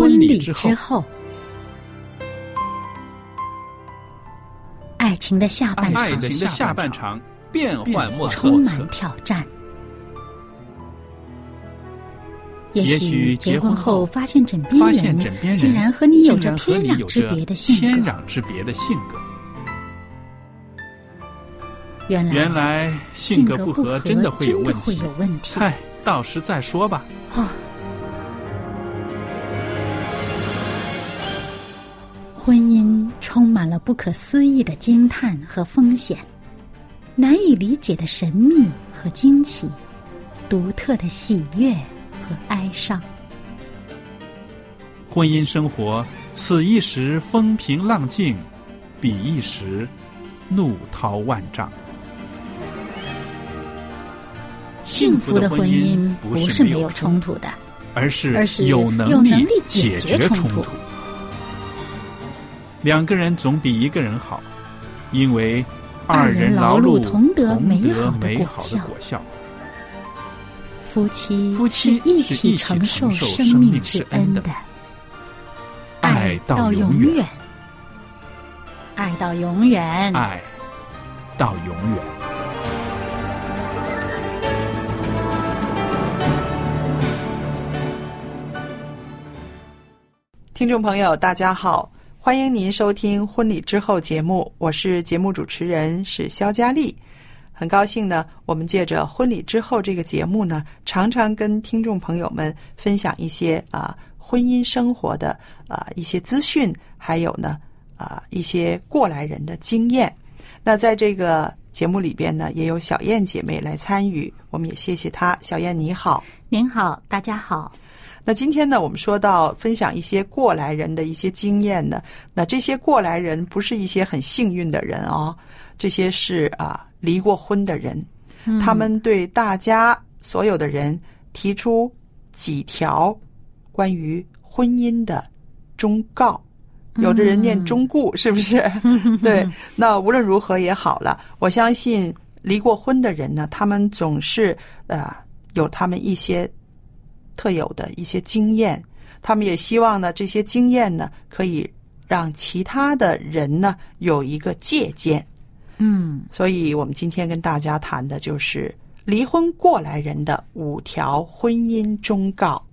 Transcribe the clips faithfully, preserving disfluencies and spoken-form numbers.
婚礼之后。爱情的下半场， 爱情的下半场变幻莫测， 充满挑战。也许结婚后发现枕边人竟然和你有着天壤之别的性格。 天壤之别的性格。 原来， 原来性格不合真的会有问题。 会有问题。 嗨，到时再说吧。 哦。婚姻充满了不可思议的惊叹和风险，难以理解的神秘和惊奇，独特的喜悦和哀伤。 婚姻生活，此一时风平浪静，彼一时怒涛万丈。 幸福的婚姻不是没有冲突的， 而是而是有能力解决冲突。两个人总比一个人好，因为二人劳碌同得美好的果效。 夫妻夫妻是一起承受生命之恩的， 爱到永远， 爱到永远， 爱到永远。 听众朋友，大家好。欢迎您收听婚礼之后节目，我是节目主持人是肖佳丽。很高兴呢，我们借着婚礼之后这个节目呢，常常跟听众朋友们分享一些啊婚姻生活的啊一些资讯，还有呢啊一些过来人的经验。那在这个节目里边呢，也有小燕姐妹来参与，我们也谢谢她。小燕你好。 您好，大家好。 那今天呢，我们说到分享一些过来人的一些经验呢。那这些过来人不是一些很幸运的人哦，这些是啊离过婚的人，嗯、他们对大家所有的人提出几条关于婚姻的忠告。有的人念忠固，嗯、是不是？对，那无论如何也好了，我相信离过婚的人呢，他们总是呃有他们一些特有的一些经验，他们也希望呢这些经验呢可以让其他的人呢有一个借鉴。 嗯， 所以我们今天跟大家谈的就是离婚过来人的五条婚姻忠告。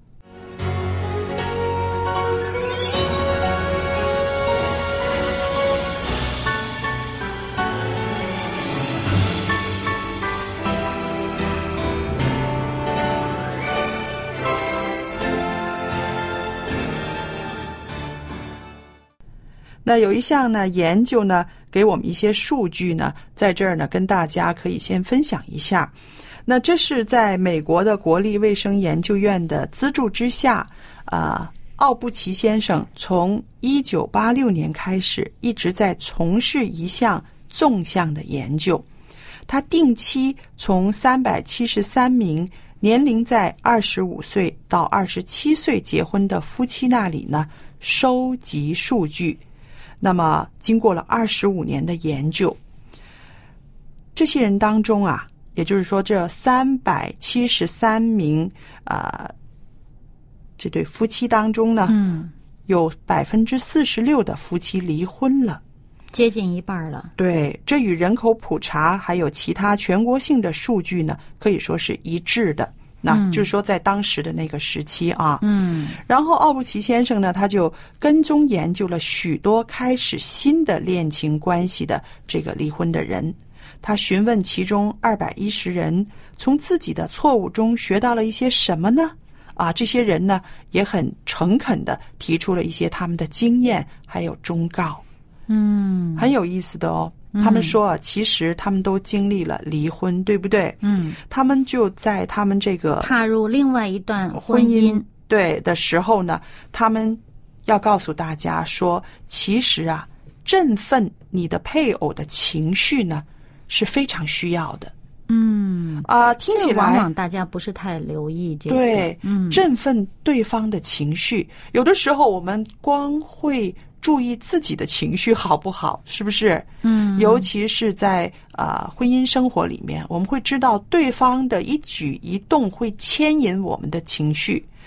那有一项呢研究呢给我们一些数据呢，在这儿呢跟大家可以先分享一下。那这是在美国的国立卫生研究院的资助之下，啊、呃，奥布奇先生从一九八六年开始一直在从事一项纵向的研究。他定期从三百七十三名年龄在二十五岁到二十七岁结婚的夫妻那里呢收集数据。那么经过了二十五年的研究，这些人当中啊，也就是说这三百七十三名啊、呃、这对夫妻当中呢， 嗯， 有百分之四十六的夫妻离婚了， 接近一半了。 对，这与人口普查还有其他全国性的数据呢，可以说是一致的。那就是说在当时的那个时期啊， 嗯， 然后奥布奇先生呢，他就跟踪研究了许多开始新的恋情关系的这个离婚的人，他询问其中二百一十人，从自己的错误中学到了一些什么呢？啊，这些人呢也很诚恳地提出了一些他们的经验还有忠告， 嗯， 很有意思的哦。他们说啊，其实他们都经历了离婚，对不对？ 嗯， 他们就在他们这个踏入另外一段婚姻对的时候呢，他们要告诉大家说，其实啊，振奋你的配偶的情绪呢是非常需要的。 嗯啊、呃，听起来往往大家不是太留意这个。 对， 嗯， 振奋对方的情绪，有的时候我们光会注意自己的情绪好不好，是不是？ 嗯， 尤其是在啊、呃、婚姻生活里面，我们会知道对方的一举一动会牵引我们的情绪。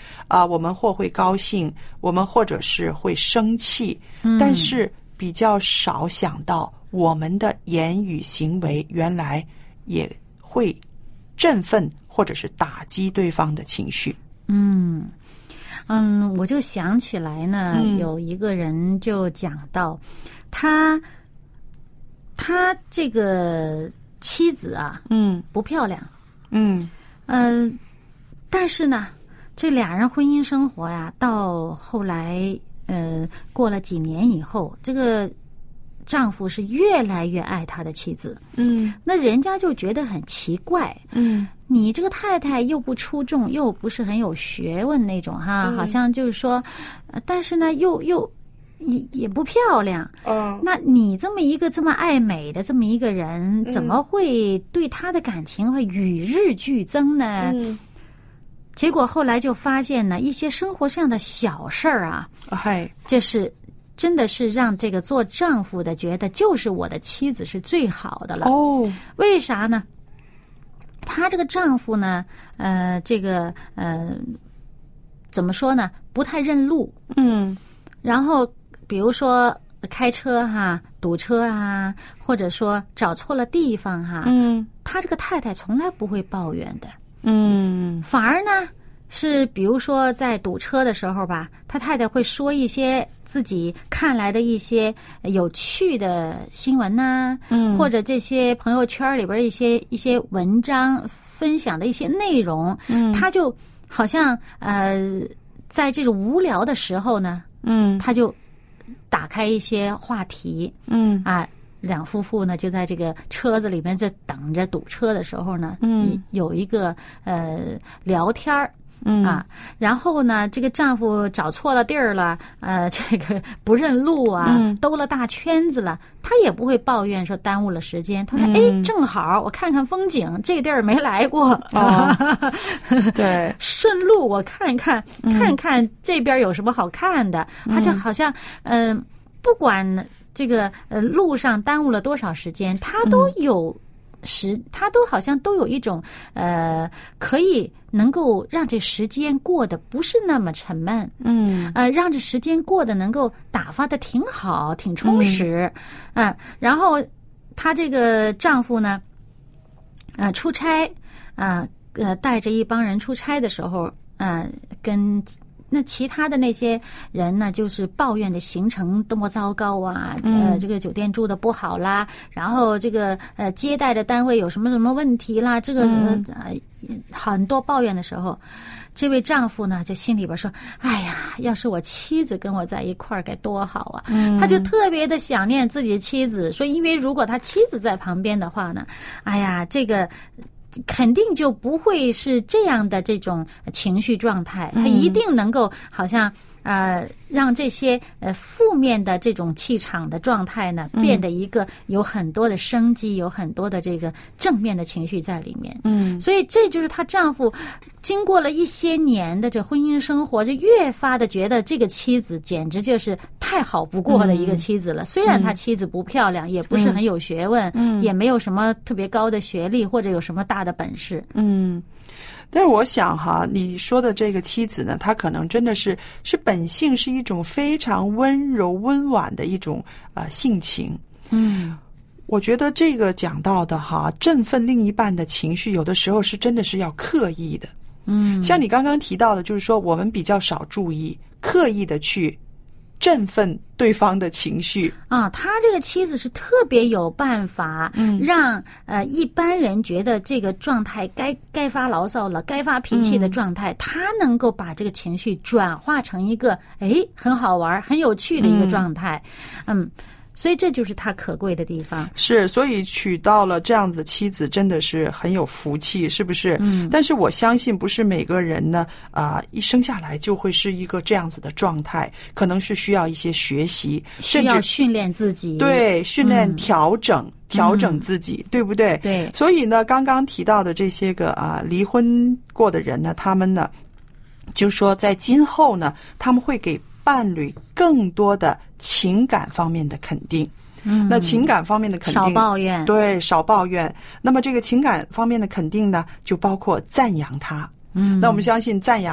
啊、呃，我们或会高兴，我们或者是会生气，嗯、但是比较少想到我们的言语行为原来也会振奋或者是打击对方的情绪。 嗯嗯，我就想起来呢，嗯、有一个人就讲到，他他这个妻子啊，嗯，不漂亮，嗯嗯、呃，但是呢，这俩人婚姻生活呀，到后来呃过了几年以后，这个丈夫是越来越爱他的妻子，嗯，那人家就觉得很奇怪，嗯。你这个太太又不出众，又不是很有学问那种哈，嗯、好像就是说，呃、但是呢，又又也也不漂亮。嗯，那你这么一个这么爱美的这么一个人，怎么会对她的感情会与日俱增呢？嗯，结果后来就发现呢，一些生活上的小事儿啊，嗨，这是真的是让这个做丈夫的觉得，就是我的妻子是最好的了。哦，为啥呢？她这个丈夫呢，呃，这个呃，怎么说呢？不太认路，嗯。然后比如说开车哈，堵车啊，或者说找错了地方哈，嗯。她这个太太从来不会抱怨的，嗯。反而呢，是比如说在堵车的时候吧，他太太会说一些自己看来的一些有趣的新闻呐、啊，嗯，或者这些朋友圈里边一些一些文章分享的一些内容，嗯，他就好像呃，在这种无聊的时候呢，嗯，他就打开一些话题，嗯啊。两夫妇呢，就在这个车子里面在等着堵车的时候呢，嗯，有一个呃聊天儿。嗯啊，然后呢，这个丈夫找错了地儿了，呃，这个不认路啊，嗯、兜了大圈子了，他也不会抱怨说耽误了时间。他说：“哎、嗯，正好我看看风景，这个地儿没来过，哦、对，顺路我看看，看看这边有什么好看的。嗯”他就好像，嗯、呃，不管这个呃路上耽误了多少时间，他都有。时他都好像都有一种呃，可以能够让这时间过得不是那么沉闷，嗯，呃，让这时间过得能够打发的挺好，挺充实，嗯、呃，然后她这个丈夫呢，呃，出差，啊、呃，呃，带着一帮人出差的时候，呃，跟。那其他的那些人呢，就是抱怨的行程多么糟糕啊，嗯、呃，这个酒店住的不好啦，然后这个呃接待的单位有什么什么问题啦，这个、嗯、呃很多抱怨的时候，这位丈夫呢就心里边说：“哎呀，要是我妻子跟我在一块儿该多好啊！”嗯、他就特别的想念自己的妻子，说因为如果他妻子在旁边的话呢，哎呀，这个。肯定就不会是这样的这种情绪状态，他一定能够好像呃让这些呃负面的这种气场的状态呢变得一个有很多的生机，有很多的这个正面的情绪在里面。嗯，所以这就是她丈夫经过了一些年的这婚姻生活，就越发的觉得这个妻子简直就是太好不过的一个妻子了。嗯、虽然他妻子不漂亮，也不是很有学问，嗯、也没有什么特别高的学历或者有什么大的本事。嗯。 但是我想哈，你说的这个妻子呢，她可能真的是是本性是一种非常温柔温婉的一种呃性情。嗯，我觉得这个讲到的哈，振奋另一半的情绪，有的时候是真的是要刻意的。嗯，像你刚刚提到的，就是说我们比较少注意，刻意的去振奋对方的情绪啊，他这个妻子是特别有办法，嗯，让呃一般人觉得这个状态该该发牢骚了，该发脾气的状态，嗯、他能够把这个情绪转化成一个哎很好玩、很有趣的一个状态，嗯。嗯所以这就是他可贵的地方。 是，所以娶到了这样子妻子真的是很有福气，是不是？嗯。但是我相信不是每个人呢，啊、呃，一生下来就会是一个这样子的状态，可能是需要一些学习， 需要训练自己。 对，训练调整。嗯调整自己，嗯、对不对？ 对。 所以呢，刚刚提到的这些个啊离婚过的人呢，他们呢，就说在今后呢，他们会给伴侣更多的情感方面的肯定。嗯，那情感方面的肯定， 少抱怨， 对，少抱怨。那么这个情感方面的肯定呢，就包括赞扬他。嗯，那我们相信赞扬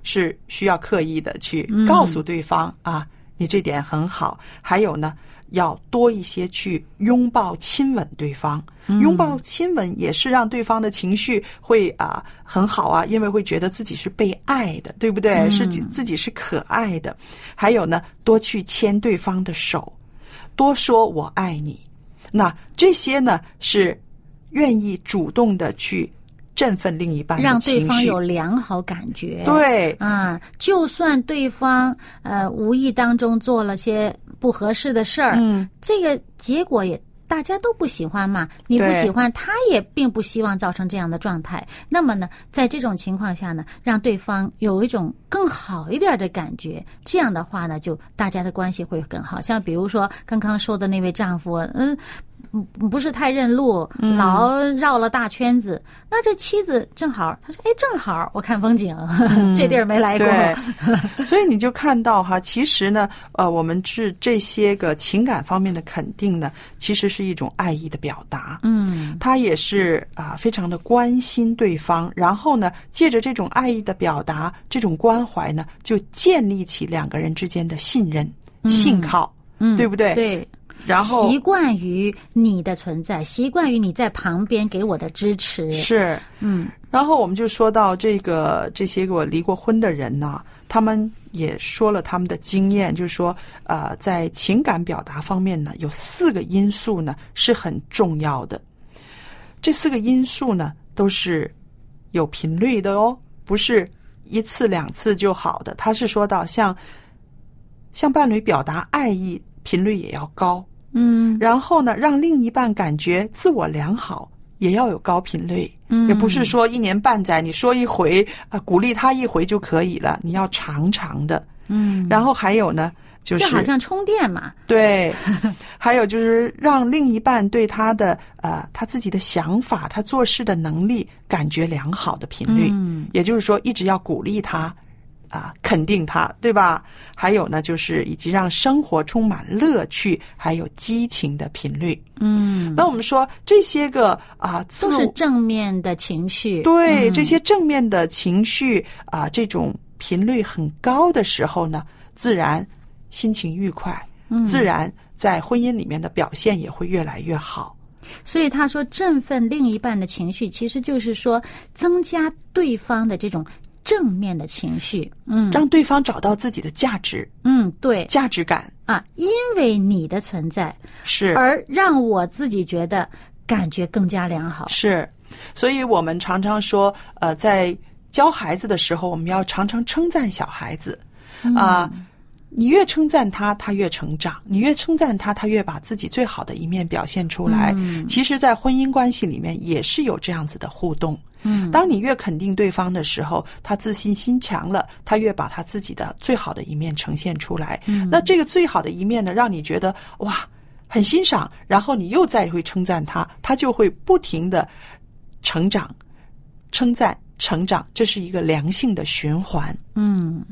是需要刻意的去告诉对方、嗯、啊，你这点很好。还有呢，要多一些去拥抱亲吻对方，拥抱亲吻也是让对方的情绪会啊很好啊，因为会觉得自己是被爱的，对不对？嗯、是自己是可爱的。还有呢，多去牵对方的手，多说我爱你。那这些呢，是愿意主动的去振奋另一半的情绪， 让对方有良好感觉。 对啊，就算对方呃无意当中做了些不合适的事儿，嗯，这个结果也大家都不喜欢嘛，你不喜欢，他也并不希望造成这样的状态。那么呢，在这种情况下呢，让对方有一种更好一点的感觉，这样的话呢，就大家的关系会更好。像比如说刚刚说的那位丈夫，嗯。不是太认路，老绕了大圈子、嗯、那这妻子正好他说哎，正好我看风景、嗯、这地儿没来过。 对，所以你就看到哈，其实呢呃，我们是这些个情感方面的肯定呢，其实是一种爱意的表达。嗯，他也是啊、呃，非常的关心对方，然后呢借着这种爱意的表达，这种关怀呢，就建立起两个人之间的信任、嗯、信靠，嗯，对不对？ 对， 然后习惯于你的存在，习惯于你在旁边给我的支持。 是，嗯。然后我们就说到这个这些个离过婚的人呢，他们也说了他们的经验，就是说，呃，在情感表达方面呢，有四个因素呢是很重要的。这四个因素呢都是有频率的哦，不是一次两次就好的。他是说到像向伴侣表达爱意频率也要高。嗯，然后呢，让另一半感觉自我良好，也要有高频率。嗯，也不是说一年半载你说一回啊、呃，鼓励他一回就可以了，你要长长的。嗯，然后还有呢，就是就好像充电嘛。 对，还有就是让另一半对他的呃他自己的想法、他做事的能力感觉良好的频率。嗯，也就是说一直要鼓励他。啊，肯定他，对吧？还有呢，就是以及让生活充满乐趣，还有激情的频率。嗯，那我们说这些个啊， 都是正面的情绪。 对，嗯、这些正面的情绪啊，这种频率很高的时候呢，自然心情愉快，嗯、自然在婚姻里面的表现也会越来越好。 所以他说，振奋另一半的情绪，其实就是说增加对方的这种。正面的情绪，嗯， 让对方找到自己的价值， 嗯，对， 价值感啊，因为你的存在是， 而让我自己觉得感觉更加良好， 是，所以我们常常说，呃，在教孩子的时候，我们要常常称赞小孩子，啊、嗯呃，你越称赞他，他越成长；你越称赞他，他越把自己最好的一面表现出来。嗯、其实，在婚姻关系里面也是有这样子的互动。嗯，当你越肯定对方的时候，他自信心强了，他越把他自己的最好的一面呈现出来。嗯，那这个最好的一面呢，让你觉得哇很欣赏，然后你又再会称赞他，他就会不停的成长，称赞成长，这是一个良性的循环。嗯。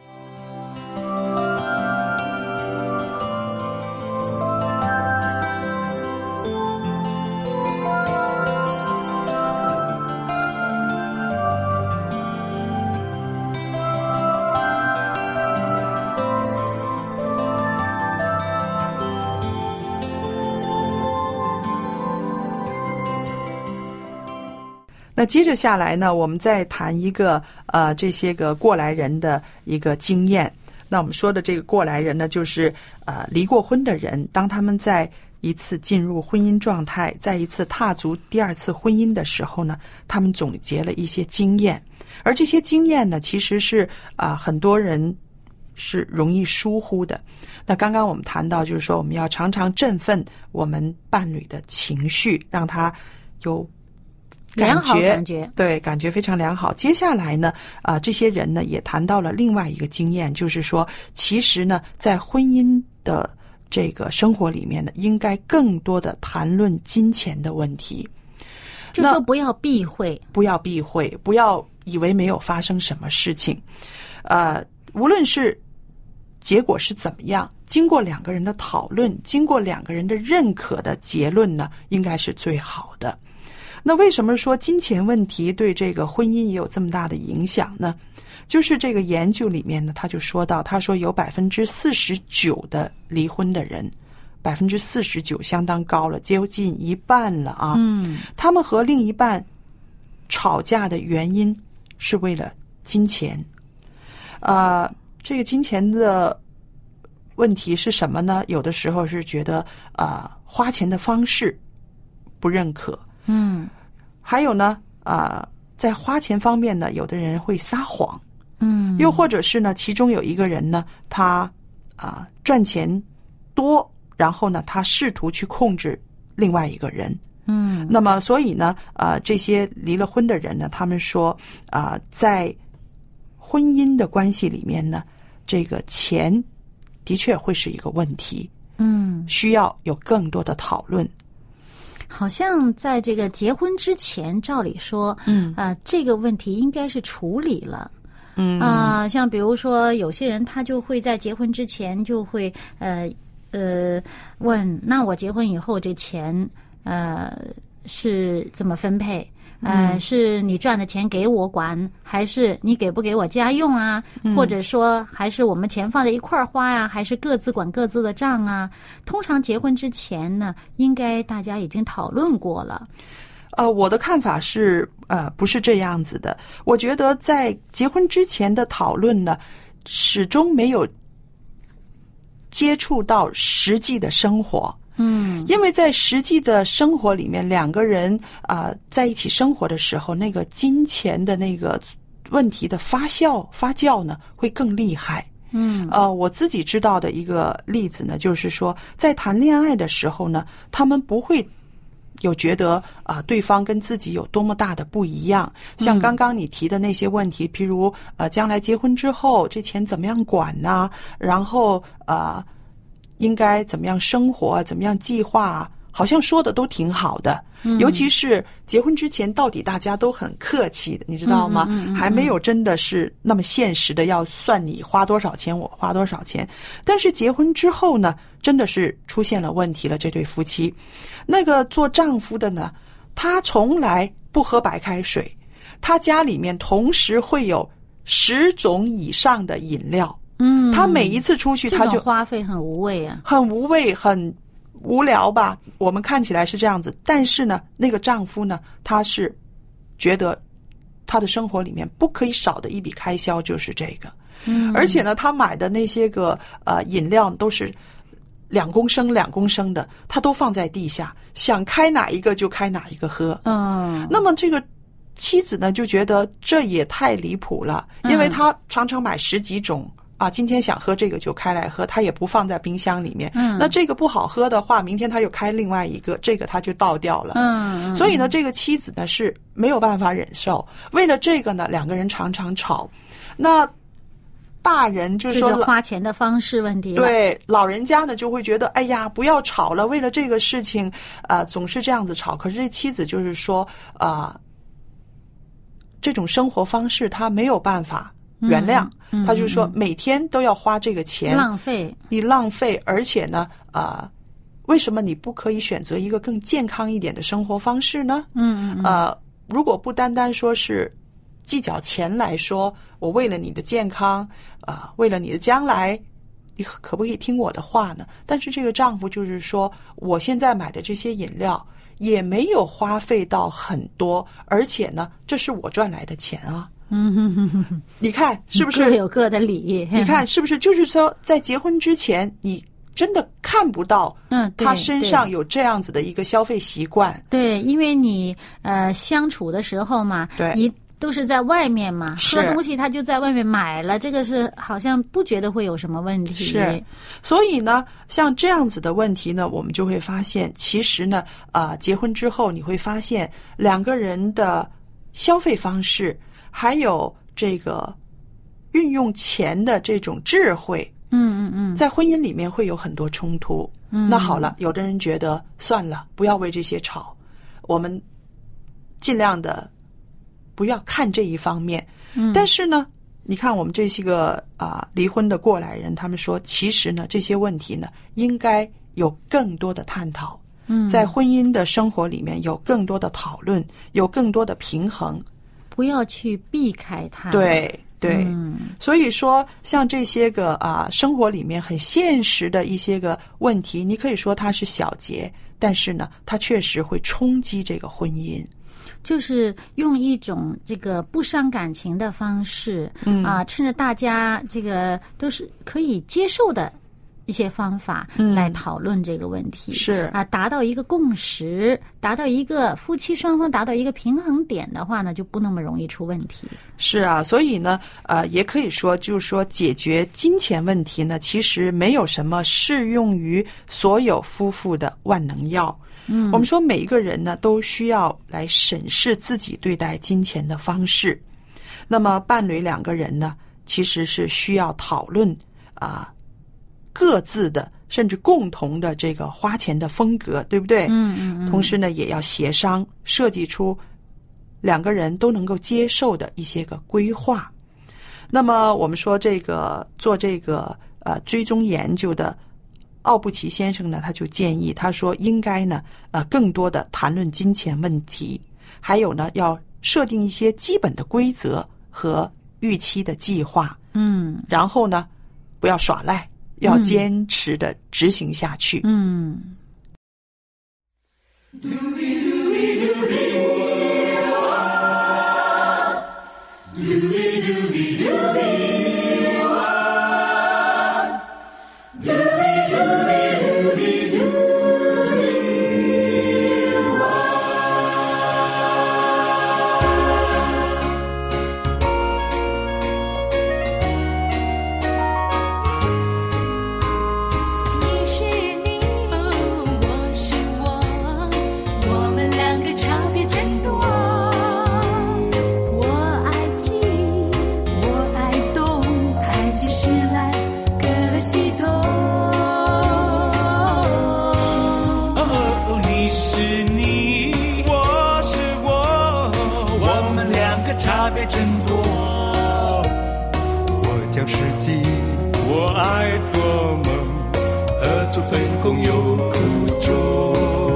那接着下来呢，我们再谈一个呃这些个过来人的一个经验。那我们说的这个过来人呢，就是呃离过婚的人，当他们在一次进入婚姻状态，再一次踏足第二次婚姻的时候呢，他们总结了一些经验，而这些经验呢，其实是啊、呃、很多人是容易疏忽的。那刚刚我们谈到，就是说我们要常常振奋我们伴侣的情绪，让他有良好感觉， 对，感觉非常良好。接下来呢，啊、呃，这些人呢也谈到了另外一个经验，就是说，其实呢，在婚姻的这个生活里面呢，应该更多的谈论金钱的问题。 就说不要避讳， 不要避讳，不要以为没有发生什么事情。呃，无论是结果是怎么样，经过两个人的讨论，经过两个人的认可的结论呢，应该是最好的。那为什么说金钱问题对这个婚姻也有这么大的影响呢？ 就是这个研究里面呢，他就说到，他说有百分之四十九的离婚的人，百分之四十九相当高了，接近一半了啊。 嗯， 他们和另一半吵架的原因是为了金钱。呃，这个金钱的问题是什么呢？有的时候是觉得啊、呃，花钱的方式不认可。 嗯， 还有呢，啊、呃，在花钱方面呢，有的人会撒谎。 嗯， 又或者是呢，其中有一个人呢，他啊、呃、赚钱多，然后呢，他试图去控制另外一个人。 嗯， 那么所以呢，呃，这些离了婚的人呢，他们说啊、呃，在婚姻的关系里面呢，这个钱的确会是一个问题。 嗯， 需要有更多的讨论。 好像在这个结婚之前，照理说， 嗯啊、呃，这个问题应该是处理了。 嗯啊、呃，像比如说，有些人他就会在结婚之前就会呃呃问，那我结婚以后这钱呃是怎么分配？呃， 嗯、 是你赚的钱给我管，还是你给不给我家用啊？ 嗯、 或者说，还是我们钱放在一块儿花呀、啊？还是各自管各自的账啊？通常结婚之前呢，应该大家已经讨论过了。 呃，我的看法是，呃，不是这样子的。我觉得在结婚之前的讨论呢，始终没有接触到实际的生活。 嗯， 因为在实际的生活里面，两个人啊、呃、在一起生活的时候，那个金钱的那个问题的发酵发酵呢，会更厉害。 嗯， 呃，我自己知道的一个例子呢，就是说，在谈恋爱的时候呢，他们不会有觉得啊、呃，对方跟自己有多么大的不一样。像刚刚你提的那些问题，嗯、譬如呃，将来结婚之后，这钱怎么样管呢？然后呃。应该怎么样生活，怎么样计划，好像说的都挺好的。 嗯、 尤其是结婚之前，到底大家都很客气的，你知道吗？ 嗯嗯嗯嗯、 还没有真的是那么现实的要算你花多少钱，我花多少钱。但是结婚之后呢，真的是出现了问题了。这对夫妻，那个做丈夫的呢，他从来不喝白开水，他家里面同时会有十种以上的饮料。 嗯， 他每一次出去，他就花费很无谓啊， 很无谓，很无聊吧？我们看起来是这样子，但是呢，那个丈夫呢，他是觉得他的生活里面不可以少的一笔开销就是这个， 嗯， 而且呢，他买的那些个呃饮料都是两公升、两公升的，他都放在地下，想开哪一个就开哪一个喝。 嗯， 那么这个妻子呢，就觉得这也太离谱了，因为他常常买十几种。啊，今天想喝这个就开来喝，他也不放在冰箱里面。 嗯， 那这个不好喝的话，明天他又开另外一个，这个他就倒掉了。 嗯， 所以呢，这个妻子呢是没有办法忍受。为了这个呢，两个人常常吵。那大人就说这是花钱的方式问题了。 对，老人家呢就会觉得，哎呀，不要吵了，为了这个事情，呃，总是这样子吵。可是这妻子就是说，啊、呃，这种生活方式他没有办法原谅。嗯嗯、他就说每天都要花这个钱， 浪费， 你浪费，而且呢，啊、呃，为什么你不可以选择一个更健康一点的生活方式呢？ 嗯嗯， 呃，如果不单单说是计较钱来说，我为了你的健康，啊、呃，为了你的将来，你可不可以听我的话呢？但是这个丈夫就是说，我现在买的这些饮料也没有花费到很多，而且呢，这是我赚来的钱啊。 嗯哼哼哼， 你看是不是各有各的理？ 你看是不是就是说，在结婚之前，你真的看不到， 嗯， 他身上有这样子的一个消费习惯。 对，因为你呃相处的时候嘛， 对， 你都是在外面嘛，喝东西他就在外面买了，这个是好像不觉得会有什么问题。 是，所以呢，像这样子的问题呢，我们就会发现，其实呢，啊、呃，结婚之后你会发现两个人的消费方式。还有这个运用钱的这种智慧， 嗯嗯嗯， 在婚姻里面会有很多冲突。 嗯， 那好了，有的人觉得算了，不要为这些吵，我们尽量的不要看这一方面。 嗯， 但是呢，你看我们这些个啊、呃、离婚的过来人，他们说，其实呢这些问题呢应该有更多的探讨。 嗯， 在婚姻的生活里面有更多的讨论，有更多的平衡。 不要去避开它。 对， 对、 嗯、 所以说像这些个啊生活里面很现实的一些个问题，你可以说它是小节，但是呢它确实会冲击这个婚姻， 就是用一种这个不伤感情的方式，嗯啊，趁着大家这个都是可以接受的一些方法来讨论这个问题，嗯、 是啊，达到一个共识，达到一个夫妻双方达到一个平衡点的话呢，就不那么容易出问题。 是啊，所以呢，呃，也可以说，就是说，解决金钱问题呢，其实没有什么适用于所有夫妇的万能药。嗯，我们说每一个人呢，都需要来审视自己对待金钱的方式。那么，伴侣两个人呢，其实是需要讨论啊。各自的甚至共同的这个花钱的风格，对不对？ 嗯嗯嗯。 同时呢，也要协商设计出两个人都能够接受的一些个规划。那么我们说这个做这个呃追踪研究的奥布奇先生呢，他就建议他说应该呢呃更多的谈论金钱问题，还有呢要设定一些基本的规则和预期的计划。 嗯， 然后呢不要耍赖。要坚持的执行下去。 嗯。 差别真多，我讲实际，我爱做梦，合作分工有苦衷。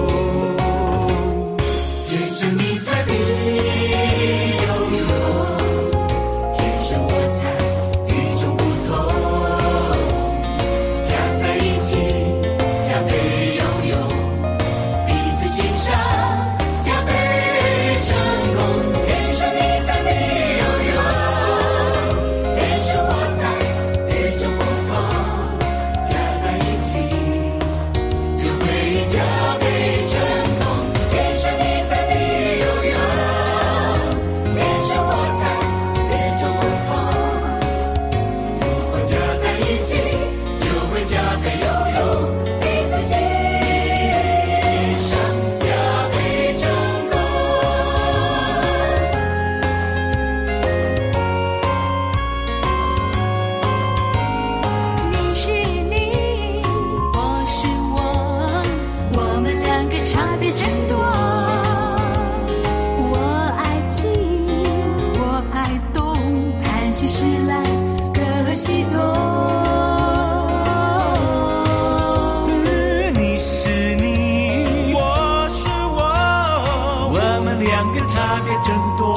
天生你材必有用，天生我材与众不同，加在一起加倍有用，彼此欣赏加倍成功。天生你材必有用，天生我材与众不同，加在一起就会加倍成功。天生你材必有用，天生我材与众不同，如果加在一起就会加倍有用，彼此欣赏加倍成功。你是你，我是我，我们两个差别真多。我爱静，我爱动，盘起事来各系统。你是你，我是我，我们两个差别真多。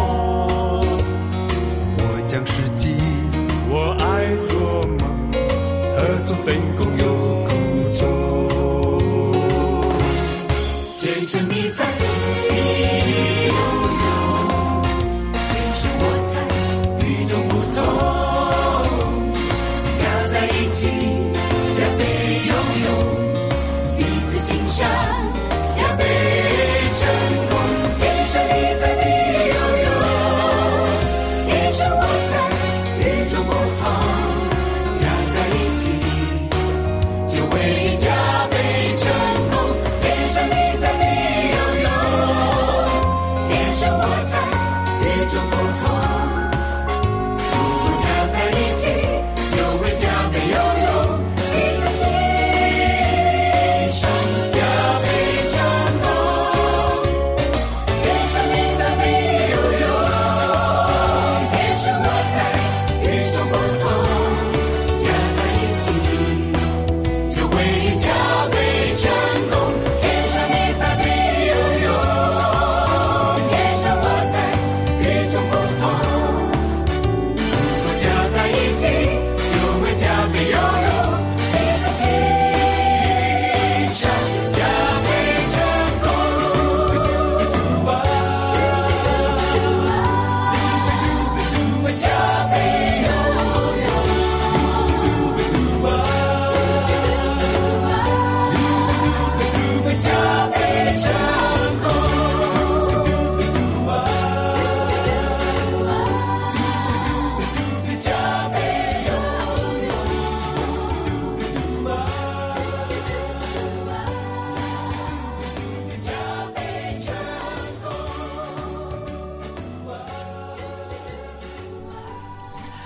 我讲实际，我爱做梦，合作分工有苦衷。天生你材必有用，天生我材与众不同，加在一起加倍有用，彼此欣赏加倍成功。天生你材必有用，天生我材与众不同，加在一起就会加倍成功。天生你材必有用，天生我材与众不同，如果加在一起就会加倍有用，彼此欣赏加倍成功。天生你材必有用，天生我材与众不同，加在一起就会加倍成功。天生你材必有用，天生我材与众不同，如果加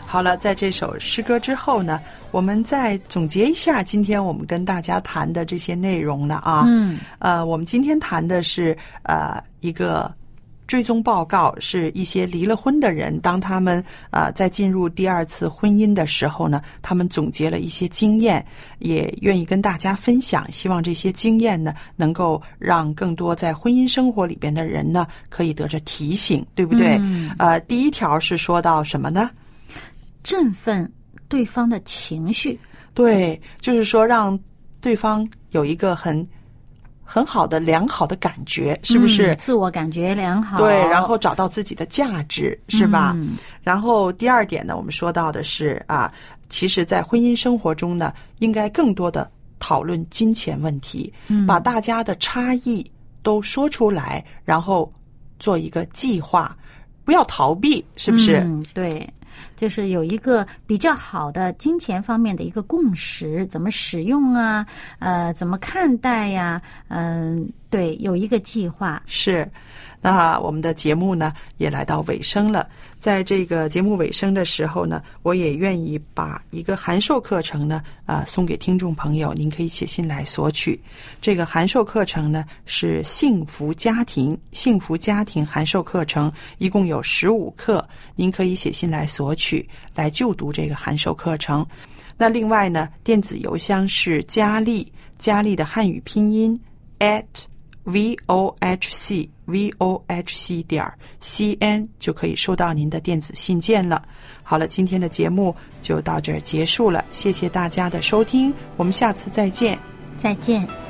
好了，在这首诗歌之后呢，我们再总结一下今天我们跟大家谈的这些内容了啊。 嗯， 呃，我们今天谈的是呃一个追踪报告，是一些离了婚的人，当他们呃在进入第二次婚姻的时候呢，他们总结了一些经验，也愿意跟大家分享，希望这些经验呢能够让更多在婚姻生活里边的人呢可以得着提醒，对不对？ 嗯、 呃，第一条是说到什么呢？ 振奋对方的情绪。 对，就是说让对方有一个很很好的良好的感觉，是不是、 嗯、自我感觉良好？ 对，然后找到自己的价值，是吧、 嗯、 然后第二点呢，我们说到的是啊，其实在婚姻生活中呢，应该更多的讨论金钱问题、嗯、把大家的差异都说出来，然后做一个计划，不要逃避，是不是？ 嗯，对，就是有一个比较好的金钱方面的一个共识，怎么使用啊，呃，怎么看待呀、啊，嗯、呃，对，有一个计划。 是，那我们的节目呢也来到尾声了。在这个节目尾声的时候呢，我也愿意把一个函授课程呢，啊、呃，送给听众朋友，您可以写信来索取。这个函授课程呢是幸福家庭幸福家庭函授课程，一共有十五课，您可以写信来索取，来就读这个函授课程。那另外呢，电子邮箱是佳丽，佳丽的汉语拼音 at vohc vohc 点 cn 就可以收到您的电子信件了。好了，今天的节目就到这儿结束了，谢谢大家的收听，我们下次再见。 再见。